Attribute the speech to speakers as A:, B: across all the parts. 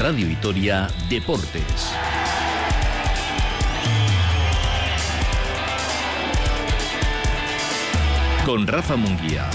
A: Radio Vitoria Deportes. Con Rafa Munguía.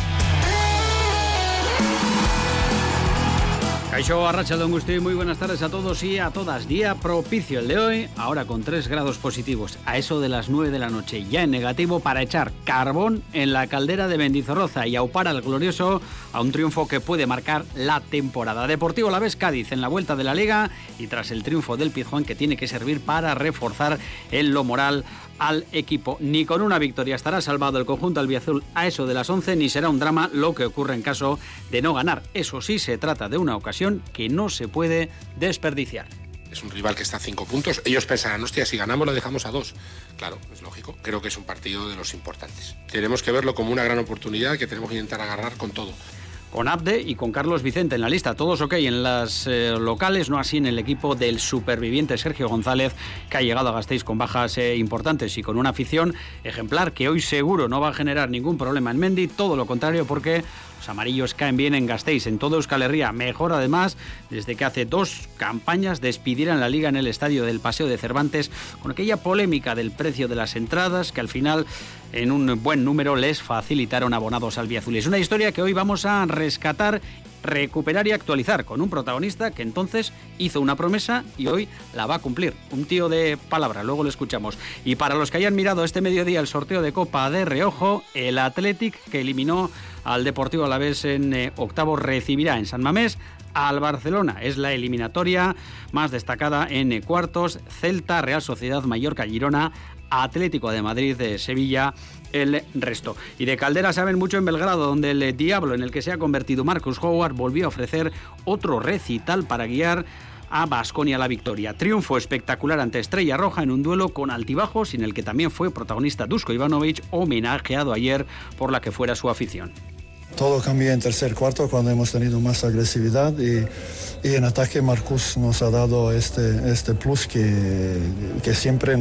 B: Caixo, arratsaldeon guzti, muy buenas tardes a todos y a todas. Día propicio el de hoy, ahora con 3 grados positivos, a eso de las 9 de la noche, ya en negativo, para echar carbón en la caldera de Mendizorroza y aupar al glorioso a un triunfo que puede marcar la temporada. Deportivo Alavés Cádiz en la vuelta de la Liga y tras el triunfo del Pizjuán, que tiene que servir para reforzar en lo moral al equipo. Ni con una victoria estará salvado el conjunto albiazul a eso de las 11, ni será un drama lo que ocurre en caso de no ganar. Eso sí, se trata de una ocasión que no se puede desperdiciar.
C: Es un rival que está a 5 puntos. Ellos pensarán, hostia, si ganamos lo dejamos a 2. Claro, es lógico. Creo que es un partido de los importantes. Tenemos que verlo como una gran oportunidad que tenemos que intentar agarrar con todo.
B: Con Abde y con Carlos Vicente en la lista, todos ok en las locales, no así en el equipo del superviviente Sergio González, que ha llegado a Gasteiz con bajas importantes y con una afición ejemplar que hoy seguro no va a generar ningún problema en Mendi, todo lo contrario, porque los amarillos caen bien en Gasteiz, en todo Euskal Herria, mejor además desde que hace 2 campañas despidieran la Liga en el estadio del Paseo de Cervantes, con aquella polémica del precio de las entradas que al final en un buen número les facilitaron abonados albiazules. Una historia que hoy vamos a rescatar, recuperar y actualizar con un protagonista que entonces hizo una promesa y hoy la va a cumplir. Un tío de palabra, luego lo escuchamos. Y para los que hayan mirado este mediodía el sorteo de Copa de reojo, el Athletic, que eliminó al Deportivo Alavés en octavos, recibirá en San Mamés al Barcelona. Es la eliminatoria más destacada en cuartos. Celta, Real Sociedad, Mallorca, Girona, Atlético de Madrid, de Sevilla, el resto. Y de Caldera saben mucho en Belgrado, donde el diablo en el que se ha convertido Marcus Howard volvió a ofrecer otro recital para guiar a Baskonia a la victoria. Triunfo espectacular ante Estrella Roja en un duelo con altibajos, en el que también fue protagonista Dusko Ivanovic, homenajeado ayer por la que fuera su afición.
D: Todo cambió en tercer cuarto cuando hemos tenido más agresividad y en ataque Marcus nos ha dado este plus que siempre,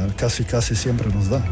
D: casi siempre nos da.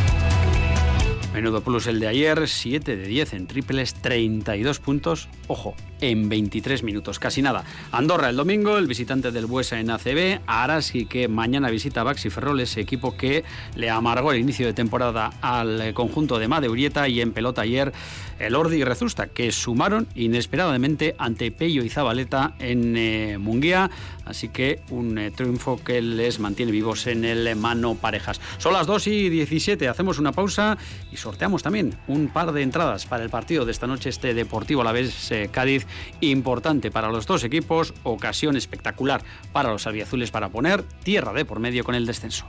B: Menudo plus el de ayer, 7 de 10 en triples, 32 puntos, ojo, en 23 minutos, casi nada. Andorra el domingo, el visitante del Buesa en ACB, Araski, que mañana visita Baxi Ferrol, ese equipo que le amargó el inicio de temporada al conjunto de Madeurieta, y en pelota ayer el Ordi y Rezusta, que sumaron inesperadamente ante Pello y Zabaleta en Munguía, así que un triunfo que les mantiene vivos en el mano parejas. Son las 2:17, hacemos una pausa y sorteamos también un par de entradas para el partido de esta noche, este Deportivo Alavés Cádiz, importante para los dos equipos, ocasión espectacular para los albiazules para poner tierra de por medio con el descenso.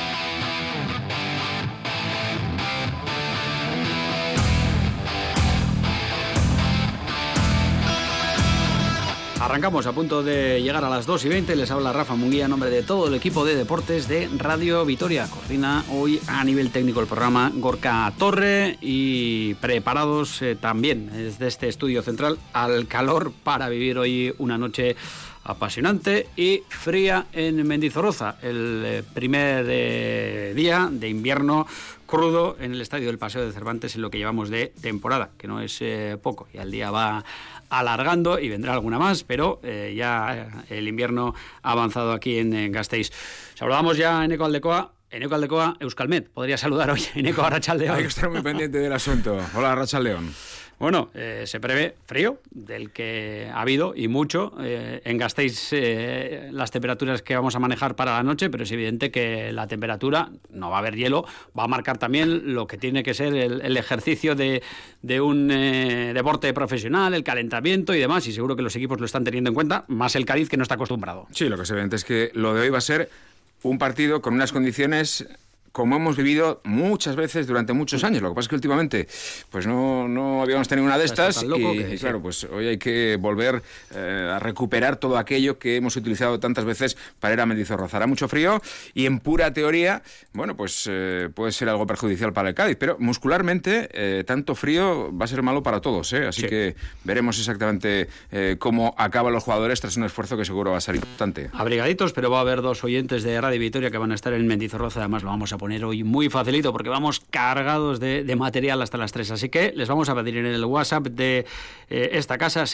B: Arrancamos a punto de llegar a las 2:20. Les habla Rafa Munguía en nombre de todo el equipo de deportes de Radio Vitoria. Coordina hoy a nivel técnico el programa Gorka Torre, y preparados también desde este estudio central al calor para vivir hoy una noche apasionante y fría en Mendizorroza. El primer día de invierno crudo en el estadio del Paseo de Cervantes en lo que llevamos de temporada, que no es poco, y al día va alargando y vendrá alguna más, pero ya el invierno ha avanzado aquí en Gasteiz. Saludamos ya a Eneko Aldekoa. Eneko Aldekoa, Euskalmet, podría saludar hoy. Eneko, arratsaldeon.
E: Hay que estar muy pendiente del asunto. Hola, arratsaldeon.
B: Bueno, se prevé frío, del que ha habido y mucho. En Gasteiz las temperaturas que vamos a manejar para la noche, pero es evidente que la temperatura, no va a haber hielo, va a marcar también lo que tiene que ser el ejercicio de un deporte profesional, el calentamiento y demás, y seguro que los equipos lo están teniendo en cuenta, más el Cádiz, que no está acostumbrado.
E: Sí, lo que es evidente es que lo de hoy va a ser un partido con unas condiciones como hemos vivido muchas veces durante muchos años. Lo que pasa es que últimamente pues no habíamos tenido una de estas y claro, pues hoy hay que volver a recuperar todo aquello que hemos utilizado tantas veces para ir a Mendizorroza. Hará mucho frío y en pura teoría, bueno, pues puede ser algo perjudicial para el Cádiz, pero muscularmente tanto frío va a ser malo para todos, así sí, que veremos exactamente cómo acaban los jugadores tras un esfuerzo que seguro va a ser importante.
B: Abrigaditos, pero va a haber 2 oyentes de Radio Vitoria que van a estar en Mendizorroza, además lo vamos a poner hoy muy facilito porque vamos cargados de material hasta las 3. Así que les vamos a pedir en el WhatsApp de esta casa,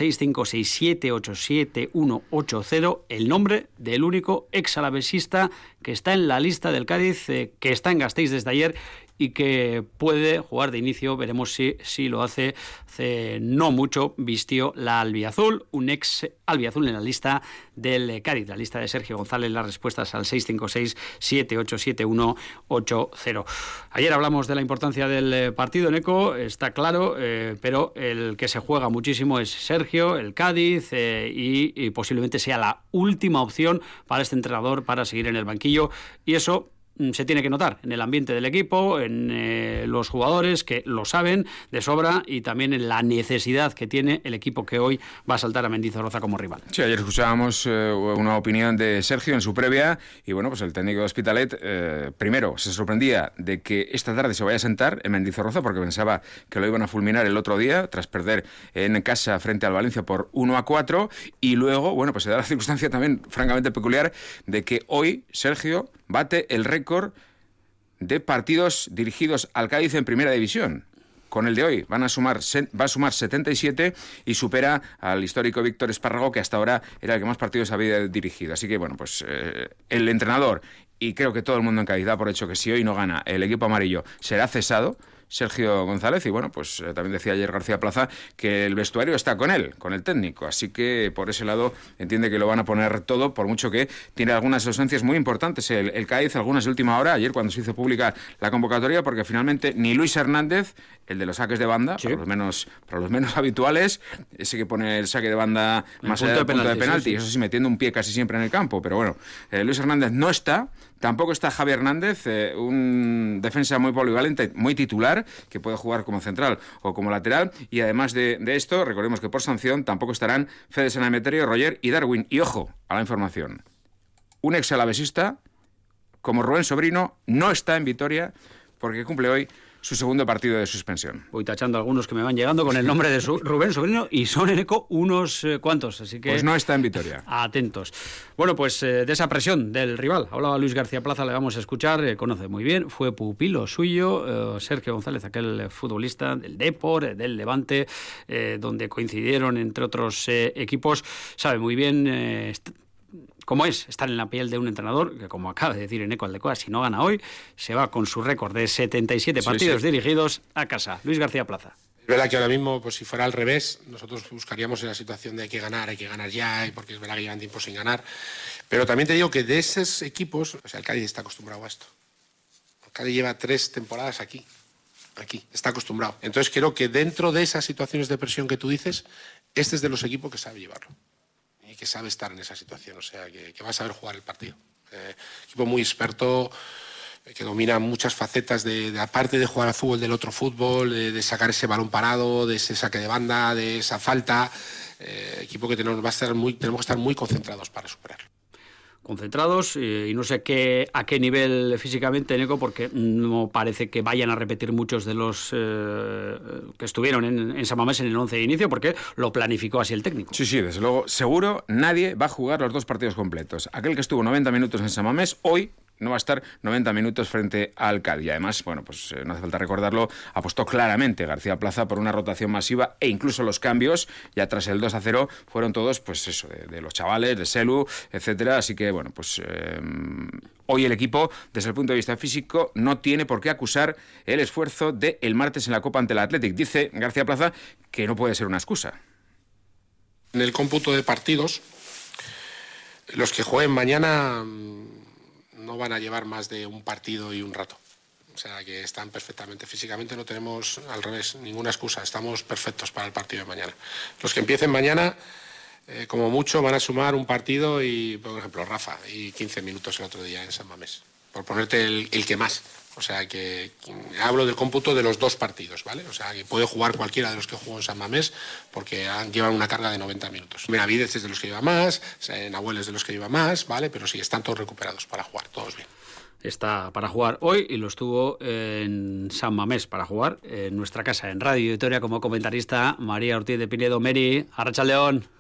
B: 656787180, el nombre del único exalavesista que está en la lista del Cádiz, que está en Gasteiz desde ayer y que puede jugar de inicio. Veremos si lo hace. Hace no mucho vistió la albiazul, un ex albiazul en la lista del Cádiz, la lista de Sergio González. Las respuestas al 656787180. Ayer hablamos de la importancia del partido, Neco, está claro, pero el que se juega muchísimo es Sergio, el Cádiz, y posiblemente sea la última opción para este entrenador para seguir en el banquillo, y eso se tiene que notar en el ambiente del equipo, en los jugadores que lo saben de sobra, y también en la necesidad que tiene el equipo que hoy va a saltar a Mendizorroza como rival.
E: Sí, ayer escuchábamos una opinión de Sergio en su previa, y bueno, pues el técnico de Hospitalet primero se sorprendía de que esta tarde se vaya a sentar en Mendizorroza porque pensaba que lo iban a fulminar el otro día tras perder en casa frente al Valencia por 1-4, y luego, bueno, pues se da la circunstancia también francamente peculiar de que hoy Sergio bate el récord de partidos dirigidos al Cádiz en Primera División. Con el de hoy va a sumar 77 y supera al histórico Víctor Espárrago, que hasta ahora era el que más partidos había dirigido. Así que, bueno, pues el entrenador, y creo que todo el mundo en Cádiz da por hecho que si hoy no gana el equipo amarillo será cesado, Sergio González, y bueno, pues también decía ayer García Plaza que el vestuario está con él, con el técnico, así que por ese lado entiende que lo van a poner todo, por mucho que tiene algunas ausencias muy importantes el Cádiz, algunas de última hora, ayer cuando se hizo pública la convocatoria, porque finalmente ni Luis Hernández, el de los saques de banda, sí, para los menos habituales, ese que pone el saque de banda más allá del punto de penalti, sí. Eso sí, metiendo un pie casi siempre en el campo, pero bueno, Luis Hernández no está. Tampoco está Javier Hernández, un defensa muy polivalente, muy titular, que puede jugar como central o como lateral. Y además de esto, recordemos que por sanción tampoco estarán Fede Sanemeterio, Roger y Darwin. Y ojo a la información, un ex alavesista como Rubén Sobrino no está en Vitoria porque cumple hoy su segundo partido de suspensión.
B: Voy tachando algunos que me van llegando con el nombre de Rubén Sobrino, y son en eco unos cuantos, así que...
E: Pues no está en Vitoria.
B: Atentos. Bueno, pues de esa presión del rival hablaba Luis García Plaza, le vamos a escuchar, conoce muy bien, fue pupilo suyo, Sergio González, aquel futbolista del Depor, del Levante, donde coincidieron entre otros equipos, sabe muy bien... cómo es estar en la piel de un entrenador que, como acaba de decir Eneco Aldecoa, si no gana hoy, se va con su récord de 77 partidos dirigidos a casa. Luis García Plaza.
C: Es verdad que ahora mismo, pues si fuera al revés, nosotros buscaríamos en la situación de hay que ganar ya, y porque es verdad que llevan tiempo sin ganar. Pero también te digo que de esos equipos, o sea, el Cádiz está acostumbrado a esto. El Cádiz lleva 3 temporadas aquí, está acostumbrado. Entonces creo que dentro de esas situaciones de presión que tú dices, este es de los equipos que sabe llevarlo. Y que sabe estar en esa situación, o sea, que va a saber jugar el partido. Equipo muy experto, que domina muchas facetas aparte de jugar al fútbol, del otro fútbol, de sacar ese balón parado, de ese saque de banda, de esa falta. Equipo que tenemos que estar muy concentrados para superarlo.
B: Concentrados, y no sé a qué nivel físicamente, Neco, porque no parece que vayan a repetir muchos de los que estuvieron en San Mamés en el 11 de inicio, porque lo planificó así el técnico.
E: Sí, desde luego, seguro nadie va a jugar los 2 partidos completos. Aquel que estuvo 90 minutos en San Mamés, hoy no va a estar 90 minutos frente al Cádiz. Y además, bueno, pues no hace falta recordarlo, apostó claramente García Plaza por una rotación masiva, e incluso los cambios, ya tras el 2-0, fueron todos, pues eso, de los chavales, de Selu, etcétera. Así que, bueno, pues hoy el equipo, desde el punto de vista físico, no tiene por qué acusar el esfuerzo del martes en la Copa ante el Athletic. Dice García Plaza que no puede ser una excusa.
C: En el cómputo de partidos, los que jueguen mañana no van a llevar más de un partido y un rato. O sea, que están perfectamente. Físicamente no tenemos, al revés, ninguna excusa. Estamos perfectos para el partido de mañana. Los que empiecen mañana, como mucho, van a sumar un partido y, por ejemplo, Rafa, y 15 minutos el otro día en San Mamés. Por ponerte el que más. O sea, que hablo del cómputo de los 2 partidos, ¿vale? O sea, que puede jugar cualquiera de los que jugó en San Mamés porque llevan una carga de 90 minutos. Benavidez es de los que lleva más, Nahuel es de los que lleva más, ¿vale? Pero sí, están todos recuperados para jugar, todos bien.
B: Está para jugar hoy y lo estuvo en San Mamés para jugar en nuestra casa, en Radio Vitoria, como comentarista María Ortiz de Pinedo. Meri, Arratsaldeon.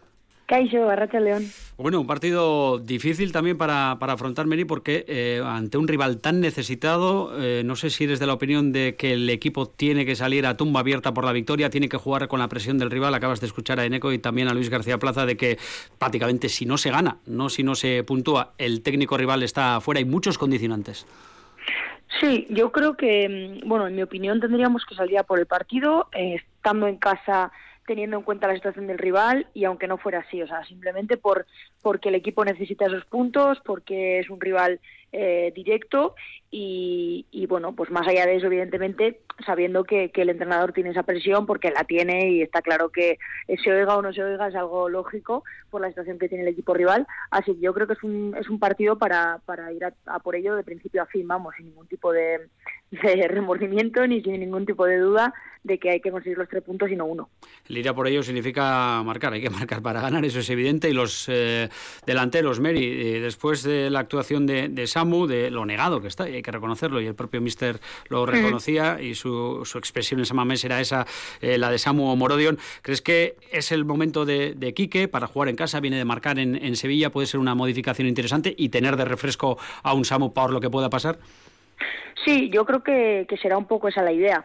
F: Kaixo, Arratsaldeon.
B: Bueno, un partido difícil también para afrontar, Meri, porque ante un rival tan necesitado, no sé si eres de la opinión de que el equipo tiene que salir a tumba abierta por la victoria, tiene que jugar con la presión del rival. Acabas de escuchar a Eneco y también a Luis García Plaza de que prácticamente si no se gana, si no se puntúa, el técnico rival está fuera. Hay muchos condicionantes.
F: Sí, yo creo que, en mi opinión tendríamos que salir a por el partido, estando en casa, teniendo en cuenta la situación del rival, y aunque no fuera así, simplemente porque el equipo necesita esos puntos, porque es un rival directo y pues más allá de eso, evidentemente, sabiendo que el entrenador tiene esa presión, porque la tiene, y está claro que se oiga o no se oiga es algo lógico por la situación que tiene el equipo rival. Así que yo creo que es un partido para ir a por ello de principio a fin, sin ningún tipo de remordimiento ni sin ningún tipo de duda de que hay que conseguir los 3 puntos y no 1.
B: El ir a por ello significa marcar, hay que marcar para ganar, eso es evidente. Y los delanteros, Meri, después de la actuación de Samu, de lo negado que está, y hay que reconocerlo, y el propio míster lo reconocía, y su expresión en Samamés era esa, la de Samu Morodion. ¿Crees que es el momento de Quique para jugar en casa? Viene de marcar en Sevilla, puede ser una modificación interesante y tener de refresco a un Samu por lo que pueda pasar.
F: Sí, yo creo que será un poco esa la idea.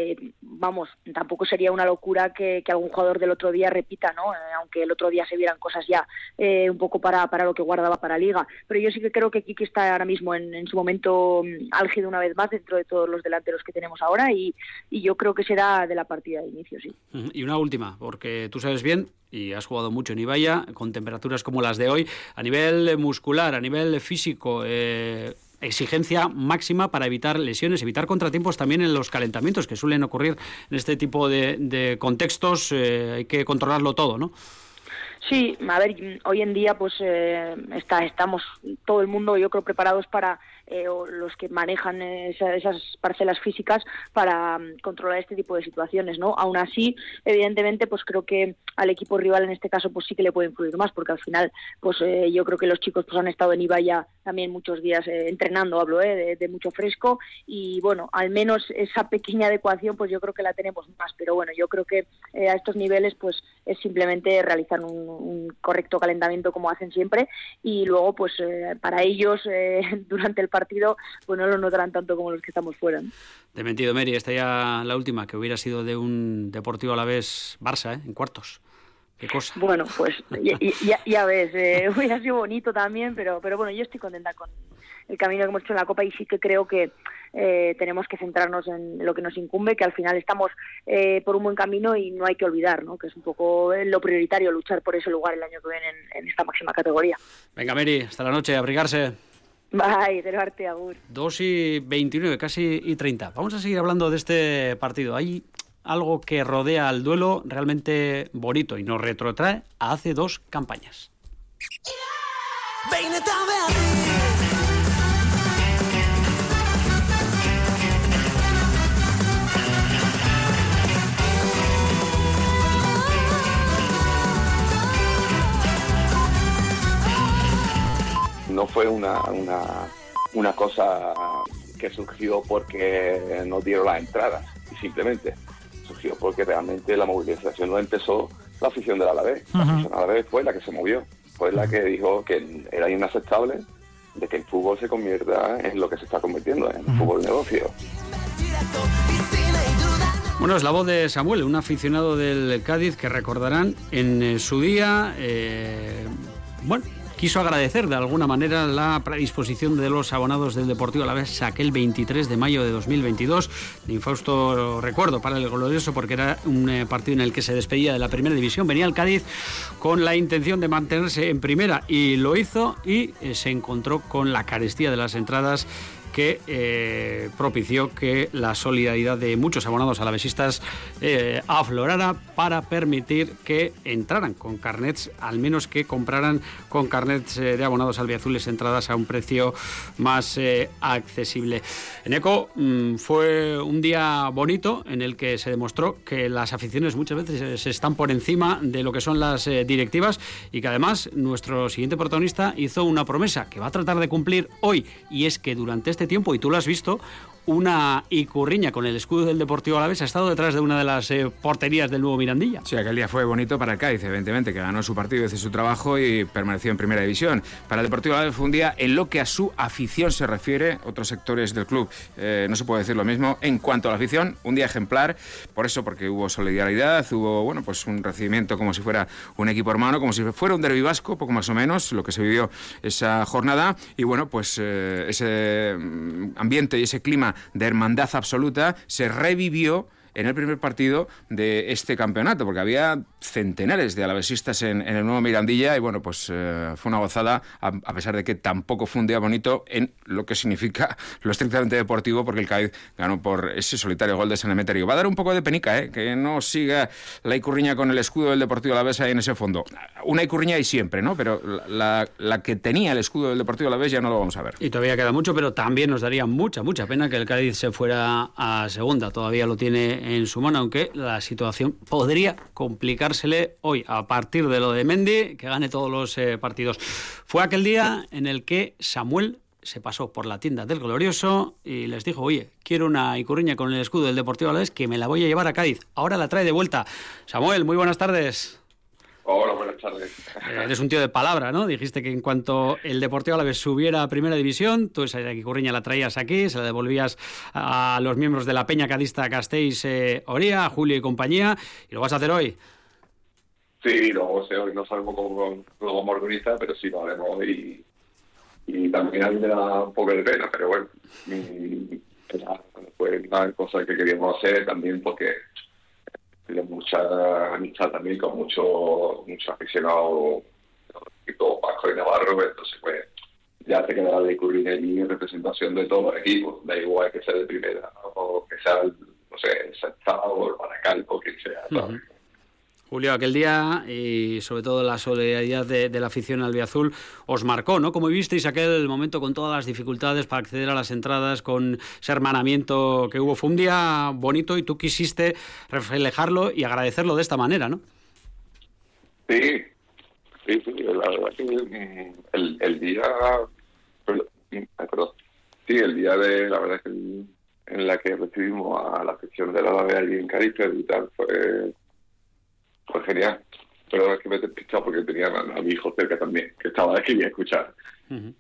F: Tampoco sería una locura que algún jugador del otro día repita, ¿no? Aunque el otro día se vieran cosas ya un poco para lo que guardaba para Liga. Pero yo sí que creo que Quique está ahora mismo en su momento álgido una vez más dentro de todos los delanteros que tenemos ahora, y yo creo que será de la partida de inicio, sí.
B: Y una última, porque tú sabes bien, y has jugado mucho en Ibaya, con temperaturas como las de hoy, a nivel muscular, a nivel físico, exigencia máxima para evitar lesiones, evitar contratiempos también en los calentamientos que suelen ocurrir en este tipo de contextos. Hay que controlarlo todo, ¿no?
F: Sí, a ver, hoy en día pues estamos todo el mundo, yo creo, preparados para los que manejan esas parcelas físicas para controlar este tipo de situaciones, ¿no? Aún así, evidentemente, pues creo que al equipo rival en este caso pues sí que le puede influir más, porque al final pues yo creo que los chicos pues han estado en Ibaya también muchos días entrenando, hablo de mucho fresco, y bueno, al menos esa pequeña adecuación pues yo creo que la tenemos más, pero bueno, yo creo que a estos niveles pues es simplemente realizar un correcto calentamiento como hacen siempre, y luego pues para ellos durante el partido pues no lo notarán tanto como los que estamos fuera, ¿no?
B: Te he mentido, Meri, esta ya la última, que hubiera sido de un Deportivo Alavés Barça, en cuartos. ¿Qué cosa?
F: Bueno, pues ya ves, hubiera sido bonito también, pero bueno, yo estoy contenta con el camino que hemos hecho en la Copa, y sí que creo que tenemos que centrarnos en lo que nos incumbe, que al final estamos por un buen camino, y no hay que olvidar, ¿no?, que es un poco lo prioritario, luchar por ese lugar el año que viene en esta máxima categoría.
B: Venga, Meri, hasta la noche, abrigarse.
F: Bye, Gerarte, agur.
B: 2:29, casi 30. Vamos a seguir hablando de este partido. Hay algo que rodea al duelo realmente bonito y nos retrotrae a hace 2 campañas.
G: No fue una cosa que surgió porque nos dieron las entradas, y simplemente surgió porque realmente la movilización no empezó la afición del Alavés. La afición del Alavés fue la que se movió, fue la que dijo que era inaceptable de que el fútbol se convierta en lo que se está convirtiendo, en fútbol negocio.
B: Bueno, es la voz de Samuel, un aficionado del Cádiz que recordarán en su día, quiso agradecer de alguna manera la predisposición de los abonados del Deportivo Alavés aquel 23 de mayo de 2022, de infausto recuerdo para el glorioso, porque era un partido en el que se despedía de la primera división. Venía el Cádiz con la intención de mantenerse en primera, y lo hizo, y se encontró con la carestía de las entradas, que propició que la solidaridad de muchos abonados alavesistas aflorara para permitir que entraran con carnets, al menos que compraran con carnets de abonados albiazules entradas a un precio más accesible. Eneco, fue un día bonito en el que se demostró que las aficiones muchas veces están por encima de lo que son las directivas, y que además nuestro siguiente protagonista hizo una promesa que va a tratar de cumplir hoy, y es que durante este tiempo, y tú lo has visto, una Ikurriña con el escudo del Deportivo Alavés ha estado detrás de una de las porterías del nuevo Mirandilla.
E: Sí, aquel día fue bonito para el Cádiz, evidentemente, que ganó su partido, hizo su trabajo y permaneció en primera división. Para el Deportivo Alavés fue un día en lo que a su afición se refiere, otros sectores del club no se puede decir lo mismo. En cuanto a la afición, un día ejemplar, por eso, porque hubo solidaridad, hubo pues un recibimiento como si fuera un equipo hermano, como si fuera un derbi vasco, poco más o menos, lo que se vivió esa jornada. Y bueno, pues ese ambiente y ese clima de hermandad absoluta se revivió en el primer partido de este campeonato, porque había centenares de alavesistas en el nuevo Mirandilla y bueno, pues fue una gozada, a pesar de que tampoco fue un día bonito en lo que significa lo estrictamente deportivo, porque el Cádiz ganó por ese solitario gol de San Emeterio. Va a dar un poco de penica, que no siga la Ikurriña con el escudo del Deportivo Alavés ahí en ese fondo. Una Ikurriña hay siempre, ¿no? Pero la que tenía el escudo del Deportivo Alavés ya no lo vamos a ver.
B: Y todavía queda mucho, pero también nos daría mucha pena que el Cádiz se fuera a segunda. Todavía lo tiene en su mano, aunque la situación podría complicársele hoy, a partir de lo de Mendy, que gane todos los partidos. Fue aquel día en el que Samuel se pasó por la tienda del Glorioso y les dijo: oye, quiero una Ikurriña con el escudo del Deportivo Alavés, que me la voy a llevar a Cádiz. Ahora la trae de vuelta. Samuel, muy buenas tardes.
G: Hola, buenas tardes.
B: Eres un tío de palabra, ¿no? Dijiste que en cuanto el Deportivo Alavés subiera a Primera División, tú esa Ikurriña la traías aquí, se la devolvías a los miembros de la Peña Cadista Castells Oria, a Julio y compañía, y lo vas a hacer hoy.
G: Sí, luego hoy no sabemos cómo organizar, pero sí lo haremos hoy. Y también a mí me da un poco de pena, pero bueno, fue una cosa que queríamos hacer también porque tiene mucha amistad también con muchos aficionados tipo Vasco y Navarro, entonces pues ya te quedará de Ikurriña allí en representación de todos los equipos, da igual que sea de primera o que sea, no sé, el Sestao o el Baracalco, quien sea, ¿sabes?
B: Julio, aquel día, y sobre todo la solidaridad de la afición albiazul, os marcó, ¿no? ¿Cómo visteis aquel momento con todas las dificultades para acceder a las entradas, con ese hermanamiento que hubo? Fue un día bonito y tú quisiste reflejarlo y agradecerlo de esta manera, ¿no?
G: Sí, la verdad que el día... Perdón. Sí, el día de... La verdad que en la que recibimos a la afición de la Alavés allí en Cádiz y tal, fue genial, pero es que me he despistado porque tenía a mi hijo cerca también, que estaba aquí y escuchar.
E: Uh-huh.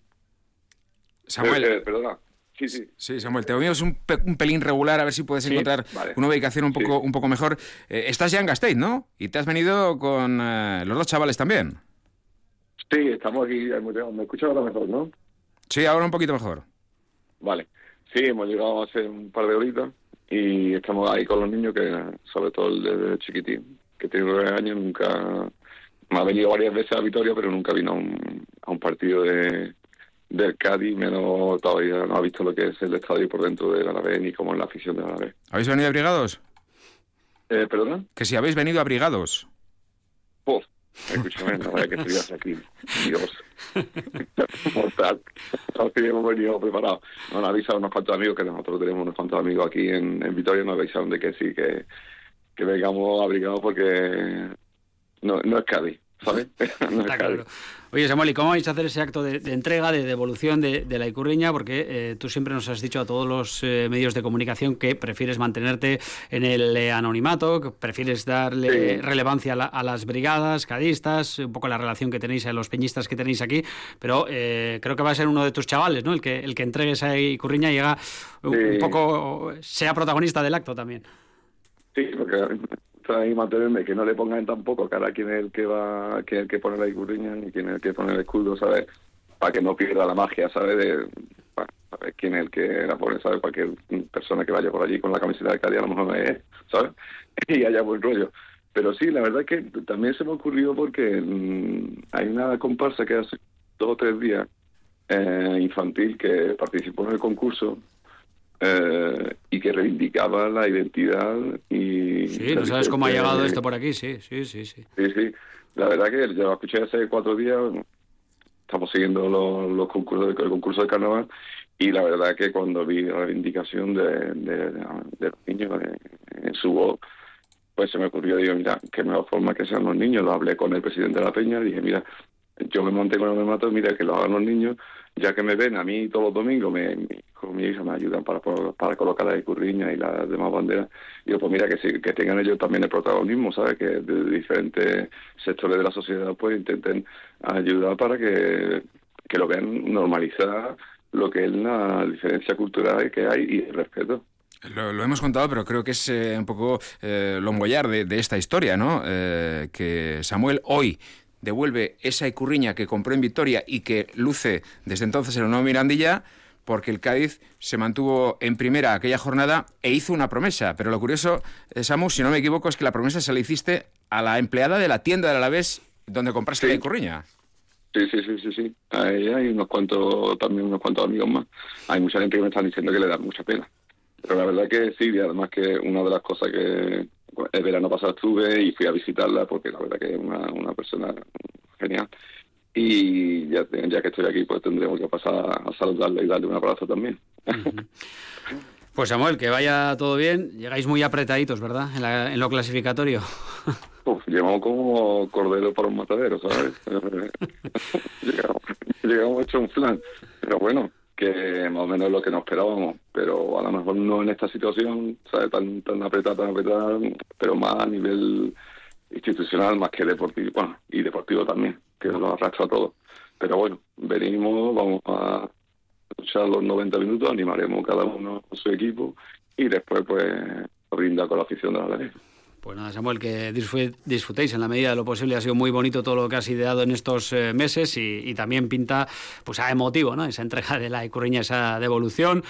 E: Samuel,
G: perdona. Sí,
E: Samuel, te oímos un pelín regular, a ver si puedes encontrar una ubicación un poco mejor. Estás ya en Gasteiz, ¿no? Y te has venido con los dos chavales también.
G: Sí, estamos aquí, ¿me escuchas ahora mejor, no?
E: Sí, ahora un poquito mejor.
G: Vale, sí, hemos llegado hace un par de horitas y estamos ahí con los niños, que sobre todo el de chiquitín, que tiene 9 años, nunca me ha venido varias veces a Vitoria, pero nunca vino a un partido del Cádiz, menos todavía no ha visto lo que es el estadio por dentro del Alavés ni cómo es la afición del Alavés.
E: ¿Habéis venido abrigados?
G: ¿Perdón?
E: Que si habéis venido abrigados.
G: Escúchame, la verdad que estuvieras aquí, Dios. Mortal. Así hemos venido preparados. Nos han avisado unos cuantos amigos, que nosotros tenemos unos cuantos amigos aquí en Vitoria, nos avisaron de que sí, que vengamos abrigados porque no es Cádiz, ¿sabes? No es Cádiz.
B: Claro. Oye, Samuel, ¿y cómo vais a hacer ese acto de entrega, de devolución de la Ikurriña? Porque tú siempre nos has dicho a todos los medios de comunicación que prefieres mantenerte en el anonimato, que prefieres darle relevancia a las brigadas cadistas, un poco la relación que tenéis a los peñistas que tenéis aquí, pero creo que va a ser uno de tus chavales, ¿no? El que entregue esa Ikurriña y llega un poco, sea protagonista del acto también.
G: Sí, porque ahí mantenerme, que no le pongan tampoco cara quién es el que pone la Ikurriña y quién es el que pone el escudo, ¿sabes? Para que no pierda la magia, ¿sabes? Para ver quién es el que la pone, ¿sabes? Cualquier persona que vaya por allí con la camiseta de Cádiz a lo mejor no es, ¿sabes? Y haya buen rollo. Pero sí, la verdad es que también se me ocurrió porque hay una comparsa que hace 2 o 3 días, infantil, que participó en el concurso, y que reivindicaba la identidad y...
B: Sí, ¿no sabes cómo ha llegado esto por aquí? Sí.
G: Sí, la verdad que yo lo escuché hace 4 días, estamos siguiendo los concursos, el concurso de carnaval, y la verdad que cuando vi la reivindicación de los niños en su voz, pues se me ocurrió, digo, mira, qué mejor forma que sean los niños. Lo hablé con el presidente de la Peña, dije, mira, yo me mantengo en el mato, mira, que lo hagan los niños, ya que me ven a mí todos los domingos, mi hijo y mi hija me ayudan para colocar la icurriña y las demás banderas. Y yo, pues mira, que tengan ellos también el protagonismo, ¿sabes? Que de diferentes sectores de la sociedad pues intenten ayudar para que lo vean normalizar lo que es la diferencia cultural que hay y el respeto.
E: Lo hemos contado, pero creo que es un poco lombollar de esta historia, ¿no? Que Samuel hoy devuelve esa icurriña que compró en Vitoria y que luce desde entonces en el nuevo Mirandilla, porque el Cádiz se mantuvo en primera aquella jornada e hizo una promesa. Pero lo curioso, Samu, si no me equivoco, es que la promesa se la hiciste a la empleada de la tienda del Alavés donde compraste la icurriña.
G: Sí. Ahí hay unos cuantos amigos más. Hay mucha gente que me está diciendo que le da mucha pena. Pero la verdad que sí, y además que una de las cosas que el verano pasado estuve y fui a visitarla, porque la verdad que es una persona genial. Y ya que estoy aquí, pues tendremos que pasar a saludarle y darle un abrazo también.
B: Pues Samuel, que vaya todo bien. Llegáis muy apretaditos, ¿verdad? En lo clasificatorio.
G: Llevamos como cordero para un matadero, ¿sabes? llegamos hecho un flan. Pero bueno, que más o menos es lo que nos esperábamos, pero a lo mejor no en esta situación, ¿sabes? Tan apretada, pero más a nivel institucional más que deportivo, bueno, y deportivo también, que lo arrastra todo. Pero bueno, venimos, vamos a luchar los 90 minutos, animaremos cada uno a su equipo y después pues brindar con la afición de la Alavés.
B: Pues nada, Samuel, que disfrutéis en la medida de lo posible. Ha sido muy bonito todo lo que has ideado en estos meses y también pinta pues a emotivo, ¿no? Esa entrega de la icurriña, esa devolución.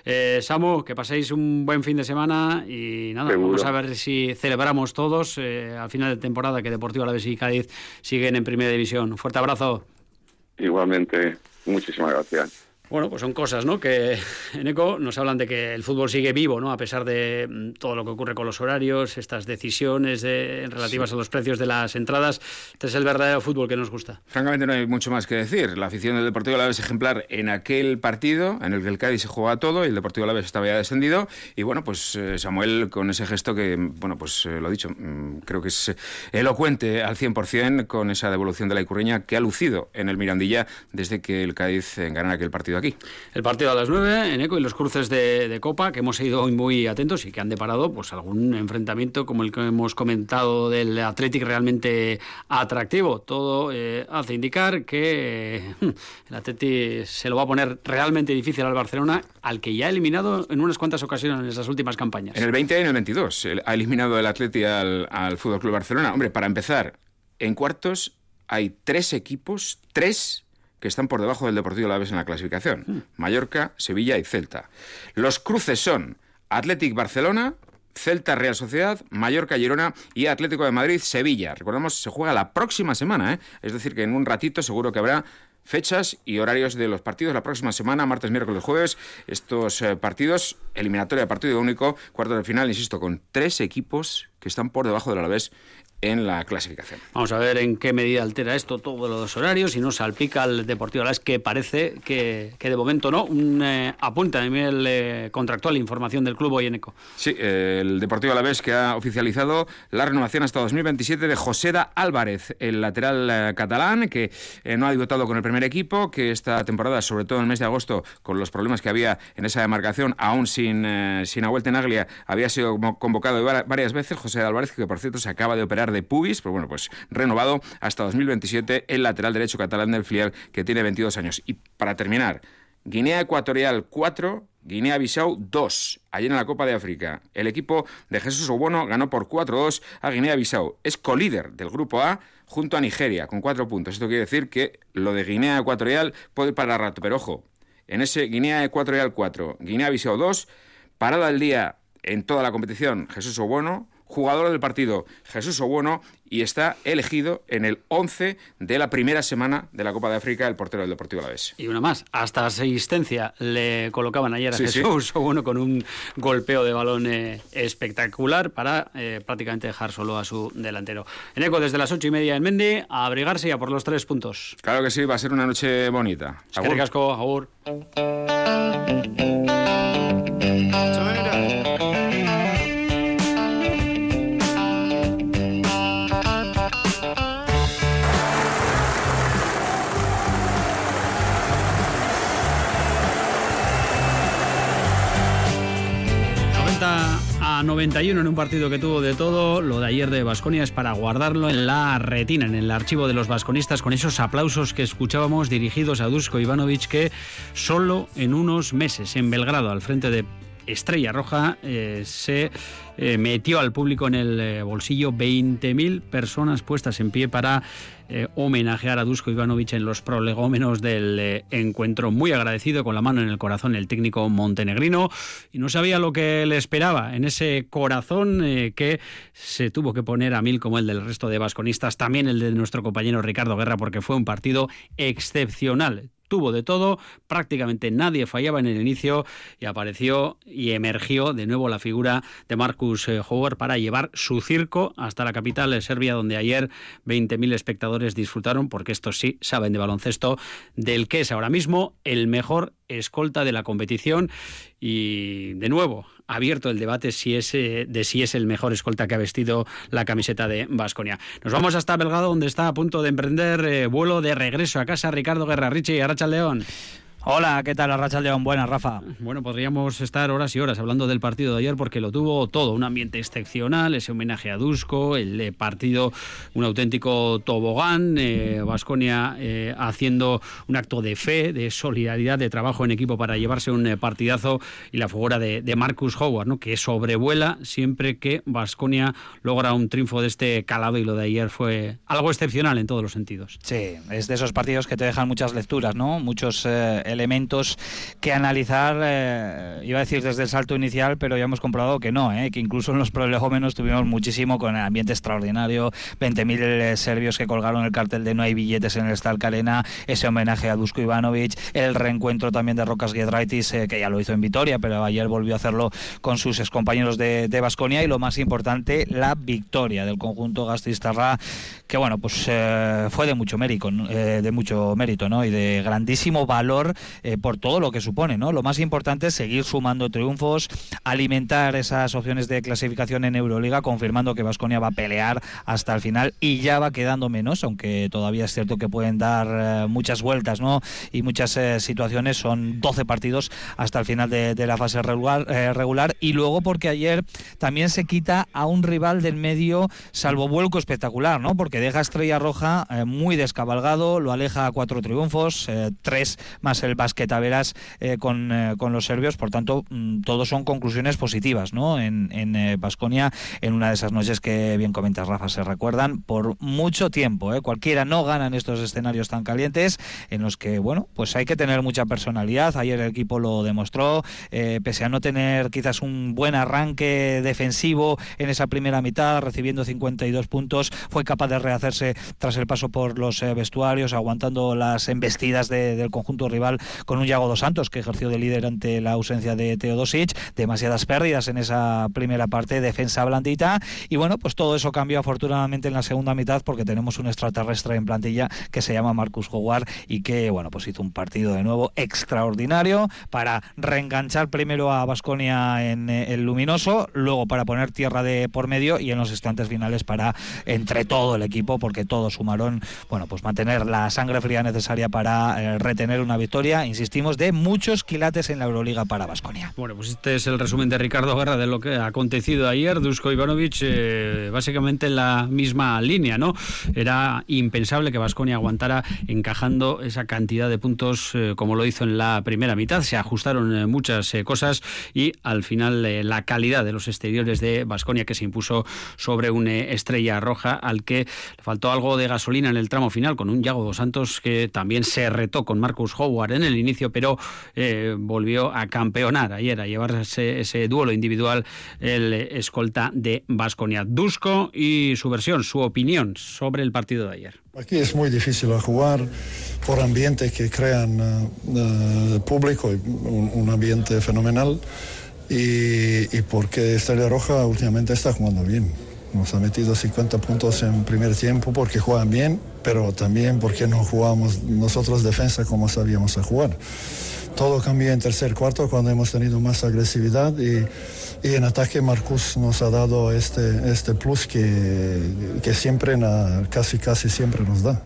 B: Samu, que paséis un buen fin de semana y nada,
G: Seguro.
B: Vamos a ver si celebramos todos al final de temporada que Deportivo Alavés y Cádiz siguen en Primera División. Un fuerte abrazo.
G: Igualmente, muchísimas gracias.
B: Bueno, pues son cosas, ¿no? Que en ECO nos hablan de que el fútbol sigue vivo, ¿no? A pesar de todo lo que ocurre con los horarios, estas decisiones relativas a los precios de las entradas. Este es el verdadero fútbol que nos gusta.
E: Francamente no hay mucho más que decir. La afición del Deportivo Alavés ejemplar en aquel partido en el que el Cádiz se jugaba todo y el Deportivo Alavés estaba ya descendido. Y bueno, pues Samuel con ese gesto que, bueno, pues lo dicho, creo que es elocuente al 100% con esa devolución de la icurriña que ha lucido en el Mirandilla desde que el Cádiz ganara aquel partido aquí.
B: El partido a las 9 en ECO y los cruces de Copa, que hemos seguido hoy muy atentos y que han deparado pues algún enfrentamiento como el que hemos comentado del Athletic realmente atractivo. Todo hace indicar que el Athletic se lo va a poner realmente difícil al Barcelona, al que ya ha eliminado en unas cuantas ocasiones en esas últimas campañas.
E: En el 20 y en el 22 ha eliminado el Athletic al Fútbol Club Barcelona. Hombre, para empezar, en cuartos hay 3 equipos, 3 que están por debajo del Deportivo Alavés en la clasificación. Mallorca, Sevilla y Celta. Los cruces son Athletic Barcelona, Celta Real Sociedad, Mallorca Girona y Atlético de Madrid Sevilla. Recordemos, se juega la próxima semana, ¿eh? Es decir, que en un ratito seguro que habrá fechas y horarios de los partidos la próxima semana, martes, miércoles, jueves. Estos partidos, eliminatoria, partido único, cuartos de final, insisto, con 3 equipos que están por debajo del Alavés en la clasificación.
B: Vamos a ver en qué medida altera esto todos los horarios y no salpica al Deportivo Alavés, que parece que de momento no. Un apunte a nivel contractual, información del club hoy en ECO.
E: Sí, el Deportivo Alavés que ha oficializado la renovación hasta 2027 de Joseda Álvarez, el lateral catalán que no ha debutado con el primer equipo, que esta temporada, sobre todo en el mes de agosto, con los problemas que había en esa demarcación, aún sin Ahuel Tenaglia, había sido convocado varias veces. Joseda Álvarez, que por cierto se acaba de operar de pubis, pero bueno, pues renovado hasta 2027 el lateral derecho catalán del filial, que tiene 22 años. Y para terminar, Guinea Ecuatorial 4, Guinea-Bissau 2, ayer en la Copa de África. El equipo de Jesús Obono ganó por 4-2 a Guinea-Bissau. Es colíder del Grupo A junto a Nigeria, con 4 puntos. Esto quiere decir que lo de Guinea Ecuatorial puede ir para rato, pero ojo, en ese Guinea Ecuatorial 4, Guinea-Bissau 2, parada al día en toda la competición Jesús Obono, jugador del partido Jesús Obono, y está elegido en el 11 de la primera semana de la Copa de África el portero del Deportivo Alavés.
B: Y una más, hasta asistencia le colocaban ayer a Jesús Obono con un golpeo de balón espectacular para prácticamente dejar solo a su delantero. En ECO desde las 8:30 en Mendi, a abrigarse y a por los 3 puntos.
E: Claro que sí, va a ser una noche bonita.
B: Eskerrik asko, agur. 91 en un partido que tuvo de todo. Lo de ayer de Baskonia es para guardarlo en la retina, en el archivo de los baskonistas, con esos aplausos que escuchábamos dirigidos a Duško Ivanović, que solo en unos meses en Belgrado, al frente de Estrella Roja, se metió al público en el bolsillo. 20.000 personas puestas en pie para homenajear a Duško Ivanović en los prolegómenos del encuentro. Muy agradecido, con la mano en el corazón, el técnico montenegrino, y no sabía lo que le esperaba en ese corazón que se tuvo que poner a mil, como el del resto de baskonistas, también el de nuestro compañero Ricardo Guerra, porque fue un partido excepcional. Tuvo de todo, prácticamente nadie fallaba en el inicio, y apareció y emergió de nuevo la figura de Markus Högr para llevar su circo hasta la capital de Serbia, donde ayer 20.000 espectadores disfrutaron, porque estos sí saben de baloncesto, del que es ahora mismo el mejor escolta de la competición. Y de nuevo abierto el debate si es el mejor escolta que ha vestido la camiseta de Baskonia. Nos vamos hasta Belgrado, donde está a punto de emprender vuelo de regreso a casa Ricardo Guerra. Richie, Arratsaldeon.
H: Hola, ¿qué tal? Arratsaldeon, buenas, Rafa.
B: Bueno, podríamos estar horas y horas hablando del partido de ayer, porque lo tuvo todo, un ambiente excepcional, ese homenaje a Duško, el partido, un auténtico tobogán, Baskonia haciendo un acto de fe, de solidaridad, de trabajo en equipo para llevarse un partidazo, y la figura de Markus Högr, ¿no?, que sobrevuela siempre que Baskonia logra un triunfo de este calado, y lo de ayer fue algo excepcional en todos los sentidos.
H: Sí, es de esos partidos que te dejan muchas lecturas, ¿no? Muchos elementos que analizar, iba a decir desde el salto inicial, pero ya hemos comprobado que no, que incluso en los prolegómenos tuvimos muchísimo, con el ambiente extraordinario, 20.000 serbios que colgaron el cartel de no hay billetes en el Stalka Arena, ese homenaje a Duško Ivanović, el reencuentro también de Rokas Giedraitis, que ya lo hizo en Vitoria, pero ayer volvió a hacerlo con sus excompañeros de Baskonia, y lo más importante, la victoria del conjunto gasteiztarra, que bueno, pues fue de mucho mérito, ¿no? Y de grandísimo valor por todo lo que supone, ¿no? Lo más importante es seguir sumando triunfos, alimentar esas opciones de clasificación en Euroliga, confirmando que Baskonia va a pelear hasta el final, y ya va quedando menos, aunque todavía es cierto que pueden dar muchas vueltas, ¿no? Y muchas situaciones. Son 12 partidos hasta el final de la fase regular, y luego porque ayer también se quita a un rival del medio salvovuelco espectacular, ¿no? Porque deja a Estrella Roja muy descabalgado, lo aleja a 4 triunfos, 3 más el Basquetaveras con los serbios. Por tanto, todos son conclusiones positivas, ¿no? En Baskonia, en una de esas noches que bien comentas, Rafa, se recuerdan por mucho tiempo, cualquiera no gana en estos escenarios tan calientes, en los que, bueno, pues hay que tener mucha personalidad. Ayer el equipo lo demostró, pese a no tener quizás un buen arranque defensivo en esa primera mitad, recibiendo 52 puntos, fue capaz de rehacerse tras el paso por los vestuarios, aguantando las embestidas del conjunto rival, con un Yago dos Santos que ejerció de líder ante la ausencia de Teodosic, demasiadas pérdidas en esa primera parte, defensa blandita, y bueno, pues todo eso cambió afortunadamente en la segunda mitad, porque tenemos un extraterrestre en plantilla que se llama Markus Högr, y que, bueno, pues hizo un partido de nuevo extraordinario para reenganchar primero a Baskonia en el luminoso, luego para poner tierra de por medio, y en los instantes finales para, entre todo el equipo, porque todos sumaron, bueno, pues mantener la sangre fría necesaria para retener una victoria, insistimos, de muchos quilates en la Euroliga para Baskonia.
B: Bueno, pues este es el resumen de Ricardo Guerra de lo que ha acontecido ayer. Duško Ivanović, básicamente en la misma línea, ¿no? Era impensable que Baskonia aguantara encajando esa cantidad de puntos como lo hizo en la primera mitad. Se ajustaron muchas cosas, y al final la calidad de los exteriores de Baskonia, que se impuso sobre un Estrella Roja al que le faltó algo de gasolina en el tramo final, con un Yago dos Santos que también se retó con Markus Högr en el inicio, pero volvió a campeonar ayer, a llevarse ese duelo individual, el escolta de Baskonia. Duško y su versión, su opinión sobre el partido de ayer.
D: Aquí es muy difícil jugar por ambiente que crean público, un ambiente fenomenal, y porque Estrella Roja últimamente está jugando bien. Nos ha metido 50 puntos en primer tiempo porque juegan bien, pero también porque no jugamos nosotros defensa como sabíamos jugar. Todo cambió en tercer cuarto, cuando hemos tenido más agresividad, y en ataque Markus nos ha dado este plus que siempre, casi siempre nos da.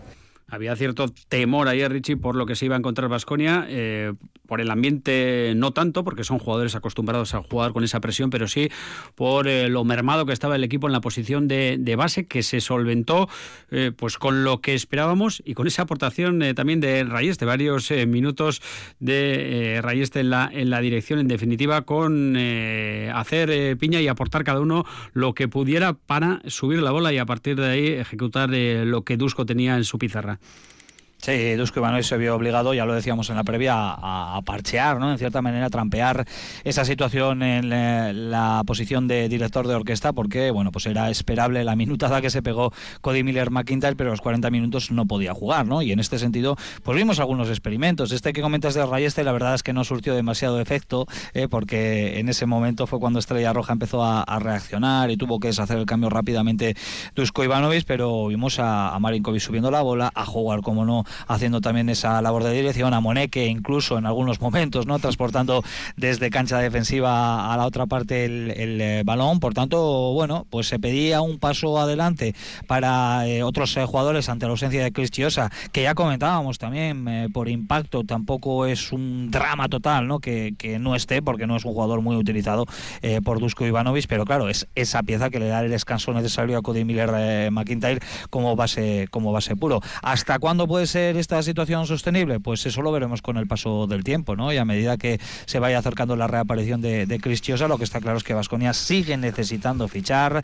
B: Había cierto temor ayer, Richie, por lo que se iba a encontrar Baskonia, por el ambiente no tanto, porque son jugadores acostumbrados a jugar con esa presión, pero sí por lo mermado que estaba el equipo en la posición de base, que se solventó pues con lo que esperábamos y con esa aportación también de Rayeste, varios minutos de Rayeste en la dirección, en definitiva, con hacer piña y aportar cada uno lo que pudiera para subir la bola y a partir de ahí ejecutar lo que Dusko tenía en su pizarra.
H: Sí, Dusko Ivanovic se vio obligado, ya lo decíamos en la previa, a parchear, ¿no? En cierta manera, a trampear esa situación en la posición de director de orquesta, porque, bueno, pues era esperable la minutada que se pegó Cody Miller-McIntyre, pero a los 40 minutos no podía jugar, ¿no? Y en este sentido, pues vimos algunos experimentos. Este que comentas de Rayeste, la verdad es que no surtió demasiado efecto, porque en ese momento fue cuando Estrella Roja empezó a reaccionar y tuvo que deshacer el cambio rápidamente Dusko Ivanovic, pero vimos a Marinkovic subiendo la bola, a jugar, como no, haciendo también esa labor de dirección, a Moneke incluso en algunos momentos, ¿no? Transportando desde cancha defensiva a la otra parte el balón. Por tanto, bueno, pues se pedía un paso adelante para otros jugadores ante la ausencia de Chris Chiozza, que ya comentábamos también, por impacto tampoco es un drama total, ¿no? Que no esté, porque no es un jugador muy utilizado por Dusko Ivanovic, pero claro, es esa pieza que le da el descanso necesario a Cody Miller-McIntyre como base puro. ¿Hasta cuándo puede ser esta situación sostenible? Pues eso lo veremos con el paso del tiempo, ¿no? Y a medida que se vaya acercando la reaparición de Chris Chiozza, lo que está claro es que Baskonia sigue necesitando fichar.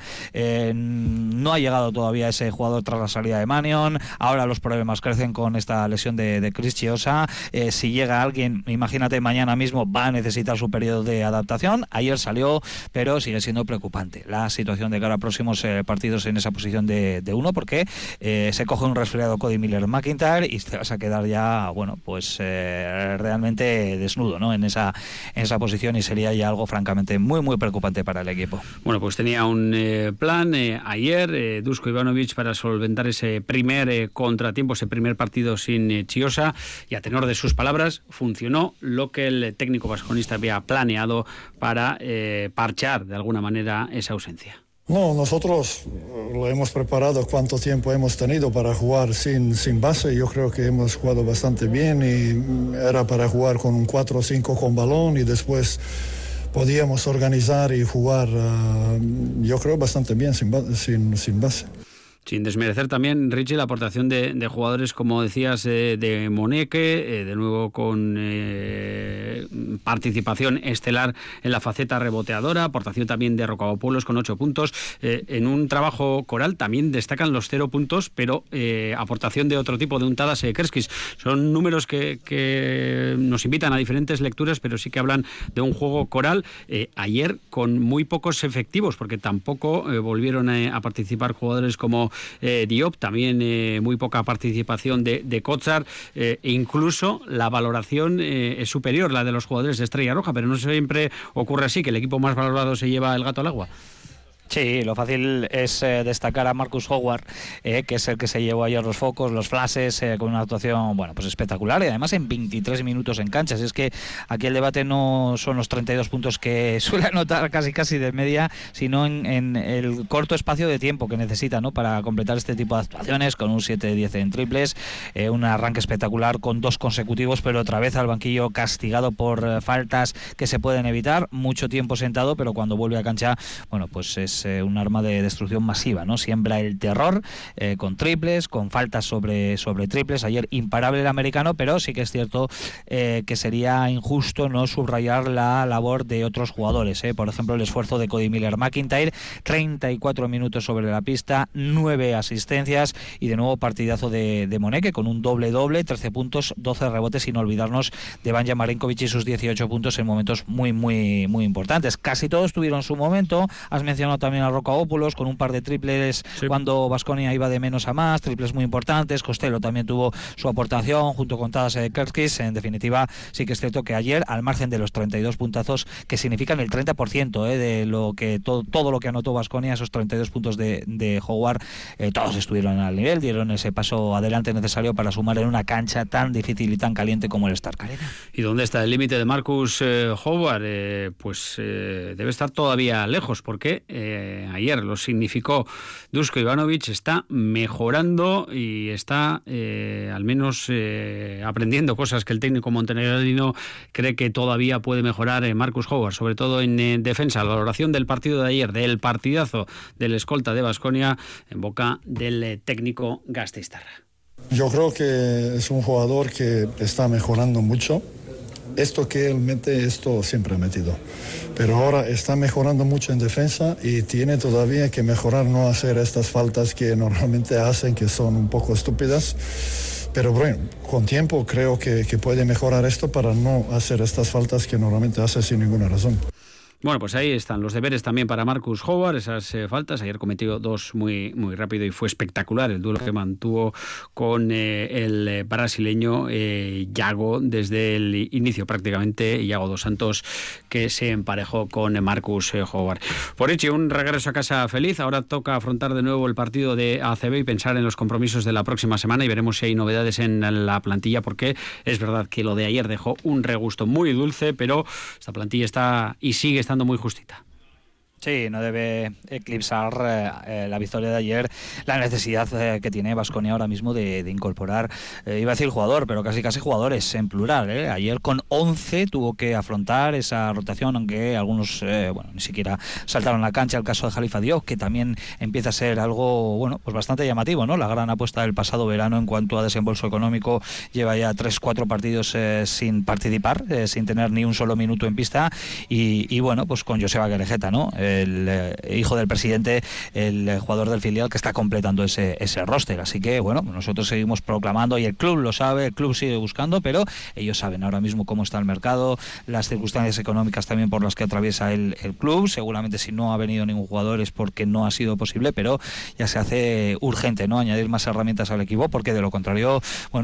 H: No ha llegado todavía ese jugador tras la salida de Mannion. Ahora los problemas crecen con esta lesión de Chris Chiozza. Si llega alguien, imagínate, mañana mismo va a necesitar su periodo de adaptación. Ayer salió, pero sigue siendo preocupante la situación de cara a próximos partidos en esa posición de uno, porque se coge un resfriado Cody Miller-McIntyre y te vas a quedar ya, bueno, pues realmente desnudo, ¿no? En esa posición, y sería ya algo francamente muy muy preocupante para el equipo.
B: Bueno, pues tenía un plan ayer Dusko Ivanovic para solventar ese primer contratiempo, ese primer partido sin Chiozza, y a tenor de sus palabras funcionó lo que el técnico vasconista había planeado para parchear de alguna manera esa ausencia.
D: No, nosotros lo hemos preparado cuánto tiempo hemos tenido para jugar sin base. Yo creo que hemos jugado bastante bien y era para jugar con un 4-5 con balón y después podíamos organizar y jugar, yo creo, bastante bien sin base.
B: Sin desmerecer también, Richie, la aportación de jugadores, como decías, de Moneke, de nuevo con participación estelar en la faceta reboteadora, aportación también de Rocabopoulos con 8 puntos. En un trabajo coral también destacan los 0 puntos, pero aportación de otro tipo, de un Tadas Kerskis. Son números que nos invitan a diferentes lecturas, pero sí que hablan de un juego coral. Ayer con muy pocos efectivos, porque tampoco volvieron a participar jugadores como Diop, también muy poca participación de Kotsar, e incluso la valoración es superior, la de los jugadores de Estrella Roja, pero no siempre ocurre así, que el equipo más valorado se lleva el gato al agua.
H: Sí, lo fácil es destacar a Marcus Howard, que es el que se llevó ayer los focos, los flashes, con una actuación, bueno, pues espectacular, y además en 23 minutos en cancha. Si es que aquí el debate no son los 32 puntos que suele anotar casi de media, sino en el corto espacio de tiempo que necesita, ¿no?, para completar este tipo de actuaciones, con un 7-10 en triples, un arranque espectacular con 2 consecutivos, pero otra vez al banquillo castigado por faltas que se pueden evitar, mucho tiempo sentado, pero cuando vuelve a cancha, bueno, pues es un arma de destrucción masiva, ¿no? Siembra el terror con triples, con faltas sobre triples. Ayer imparable el americano, pero sí que es cierto que sería injusto no subrayar la labor de otros jugadores, por ejemplo el esfuerzo de Cody Miller-McIntyre, 34 minutos sobre la pista, 9 asistencias y de nuevo partidazo de Moneke con un doble-doble, 13 puntos, 12 rebotes, sin olvidarnos de Vanja Marinkovic y sus 18 puntos en momentos muy muy muy importantes. Casi todos tuvieron su momento. Has mencionado también a Rocabopoulos con un par de triples, sí, cuando Baskonia iba de menos a más, triples muy importantes. Costello también tuvo su aportación junto con Tadas Kerskis. En definitiva, sí que es cierto que ayer, al margen de los 32 puntazos que significan el 30% de lo que todo lo que anotó Baskonia, esos 32 puntos de Howard, todos estuvieron al nivel, dieron ese paso adelante necesario para sumar en una cancha tan difícil y tan caliente como el Stark Arena.
B: ¿Y dónde está el límite de Marcus Howard? Pues debe estar todavía lejos, porque ayer lo significó Dusko Ivanovic, está mejorando y está al menos aprendiendo cosas que el técnico montenegrino cree que todavía puede mejorar Marcus Howard, sobre todo en defensa. La valoración del partido de ayer, del partidazo del escolta de Baskonia, en boca del técnico gasteiztarra.
D: Yo creo que es un jugador que está mejorando mucho. Esto que él mete, esto siempre ha metido. Pero ahora está mejorando mucho en defensa y tiene todavía que mejorar, no hacer estas faltas que normalmente hacen, que son un poco estúpidas. Pero bueno, con tiempo creo que puede mejorar esto para no hacer estas faltas que normalmente hace sin ninguna razón.
B: Bueno, pues ahí están los deberes también para Marcus Howard, esas faltas. Ayer cometió dos muy rápido y fue espectacular el duelo que mantuvo con el brasileño Yago desde el inicio prácticamente, Yago dos Santos, que se emparejó con Marcus Howard. Por hecho, un regreso a casa feliz. Ahora toca afrontar de nuevo el partido de ACB y pensar en los compromisos de la próxima semana, y veremos si hay novedades en la plantilla, porque es verdad que lo de ayer dejó un regusto muy dulce, pero esta plantilla está y sigue estando muy justita.
H: Sí, no debe eclipsar la victoria de ayer la necesidad que tiene Baskonia ahora mismo de incorporar, iba a decir jugador, pero casi jugadores en plural. Ayer con 11 tuvo que afrontar esa rotación, aunque algunos ni siquiera saltaron a la cancha. El caso de Jalifa Diop, que también empieza a ser algo pues bastante llamativo, ¿no? La gran apuesta del pasado verano en cuanto a desembolso económico, lleva ya 3-4 partidos sin participar, sin tener ni un solo minuto en pista, y bueno, pues con Joseba Guerejeta, ¿no? El hijo del presidente, el jugador del filial que está completando ese roster. Así que bueno, nosotros seguimos proclamando, y el club lo sabe, el club sigue buscando, pero ellos saben ahora mismo cómo está el mercado, las circunstancias económicas también por las que atraviesa el club. Seguramente si no ha venido ningún jugador es porque no ha sido posible, pero ya se hace urgente, ¿no?, añadir más herramientas al equipo, porque de lo contrario,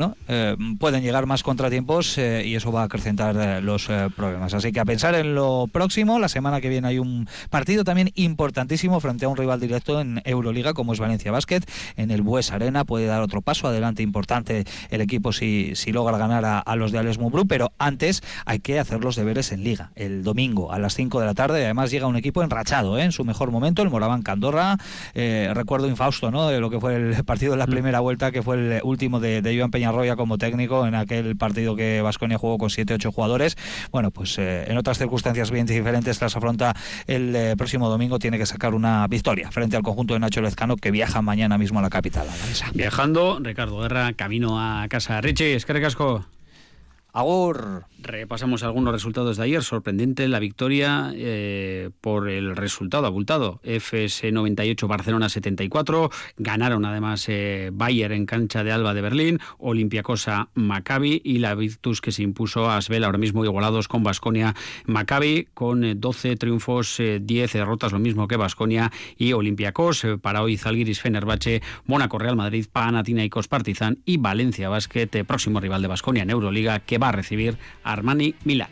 H: pueden llegar más contratiempos y eso va a acrecentar los problemas. Así que a pensar en lo próximo. La semana que viene hay un partido también importantísimo frente a un rival directo en Euroliga como es Valencia Basket, en el Bues Arena. Puede dar otro paso adelante importante el equipo si logra ganar a los de Alex Mumbrú, pero antes hay que hacer los deberes en Liga. El domingo a las 5 de la tarde, además llega un equipo enrachado, en su mejor momento, el Moraván Andorra. Recuerdo infausto, ¿no?, de lo que fue el partido de la primera vuelta, que fue el último de Joan Peñarroya como técnico, en aquel partido que Baskonia jugó con 7-8 jugadores. Bueno, pues en otras circunstancias bien diferentes las afronta el próximo domingo. Tiene que sacar una victoria frente al conjunto de Nacho Lezcano, que viaja mañana mismo a la capital alavesa.
B: Viajando, Ricardo Guerra, camino a casa. Richie, eskerrik asko.
H: Agur.
B: Repasamos algunos resultados de ayer. Sorprendente la victoria por el resultado abultado. FS 98, Barcelona 74. Ganaron además Bayern en cancha de Alba de Berlín, Olympiacos a Maccabi, y la Virtus que se impuso a Asvel, ahora mismo igualados con Baskonia. Maccabi con 12 triunfos, 10 derrotas, lo mismo que Baskonia y Olympiacos. Para hoy Zalgiris Fenerbahce, Mónaco Real Madrid, Panathinaikos Partizan y Valencia Basket, próximo rival de Baskonia en Euroliga, que va a recibir Armani Milán.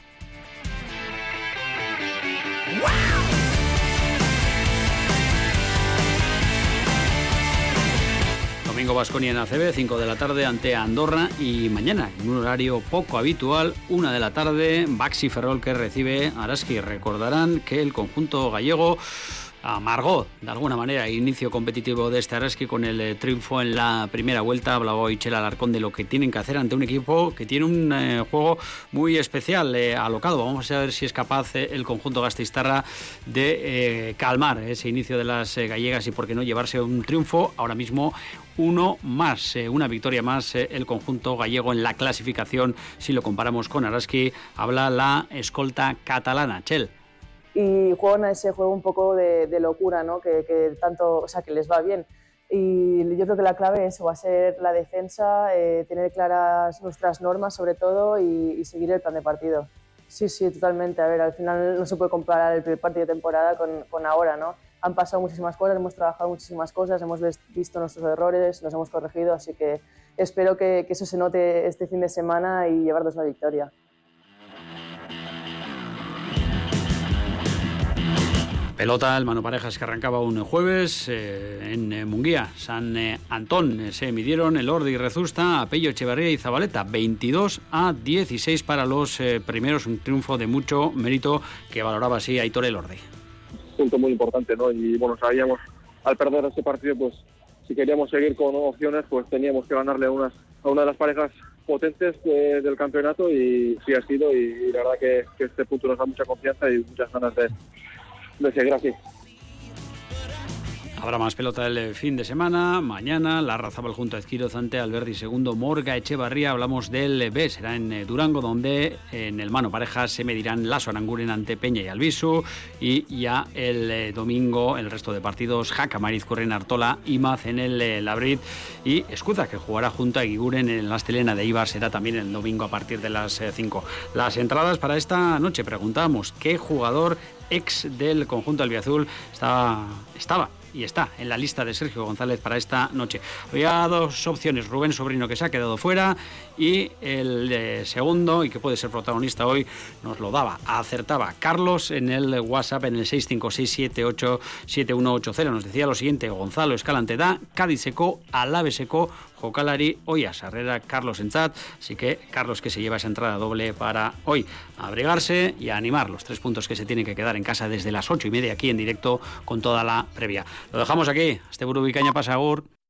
B: Domingo Baskonia en ACB, 5 de la tarde ante Andorra, y mañana, en un horario poco habitual, 1 de la tarde, Baxi Ferrol, que recibe Araski. Recordarán que el conjunto gallego amargó de alguna manera el inicio competitivo de este Araski con el triunfo en la primera vuelta. Hablaba hoy Chela Alarcón de lo que tienen que hacer ante un equipo que tiene un juego muy especial, alocado. Vamos a ver si es capaz el conjunto gasteiztarra de calmar ese inicio de las gallegas y por qué no llevarse un triunfo. Ahora mismo uno más, una victoria más, el conjunto gallego en la clasificación. Si lo comparamos con Araski, habla la escolta catalana. Chel.
I: Y juegan ese juego un poco de locura, ¿no?, que tanto, o sea, que les va bien. Y yo creo que la clave es, va a ser la defensa, tener claras nuestras normas sobre todo y seguir el plan de partido. Sí, totalmente. A ver, al final no se puede comparar el primer partido de temporada con ahora, ¿no? Han pasado muchísimas cosas, hemos trabajado muchísimas cosas, hemos visto nuestros errores, nos hemos corregido, así que espero que eso se note este fin de semana y llevarnos la victoria.
B: Pelota, el mano parejas que arrancaba un jueves en Munguía. San Antón se midieron el Ordi y Rezusta a Pello Echeverría y Zabaleta. 22-16 para los primeros, un triunfo de mucho mérito que valoraba así Aitor Elordi.
J: punto muy importante, ¿no? Y bueno, sabíamos al perder ese partido, pues si queríamos seguir con opciones, pues teníamos que ganarle a una de las parejas potentes del campeonato, y sí ha sido, y la verdad que este punto nos da mucha confianza y muchas ganas de seguir así.
B: Habrá más pelota el fin de semana. Mañana la Larrazábal junto a Ezquiroz ante Alberdi segundo, Morga Echevarría. Hablamos del B, será en Durango, donde en el mano pareja se medirán Laso Aranguren ante Peña y Albisu, y ya el domingo el resto de partidos: Jaca, Marizkurren, Artola, Imaz en el Labrit, y Escuza, que jugará junto a Guiguren en la Astelena de Ibar, será también el domingo a partir de las 5. Las entradas para esta noche, preguntábamos qué jugador ex del conjunto albiazul estaba y está en la lista de Sergio González para esta noche. Había dos opciones: Rubén Sobrino, que se ha quedado fuera, y el segundo, y que puede ser protagonista hoy, nos lo acertaba Carlos en el WhatsApp, en el 656787180. Nos decía lo siguiente: Gonzalo Escalante da, Cádiz-Seco, Alavés-Seco, Jokalari, Oias, Herrera, Carlos Entzat. Así que Carlos, que se lleva esa entrada doble para hoy. A abrigarse y a animar los 3 puntos que se tienen que quedar en casa desde las 8:30 aquí en directo con toda la previa. Lo dejamos aquí. Asteburu bikaina pasa, agur.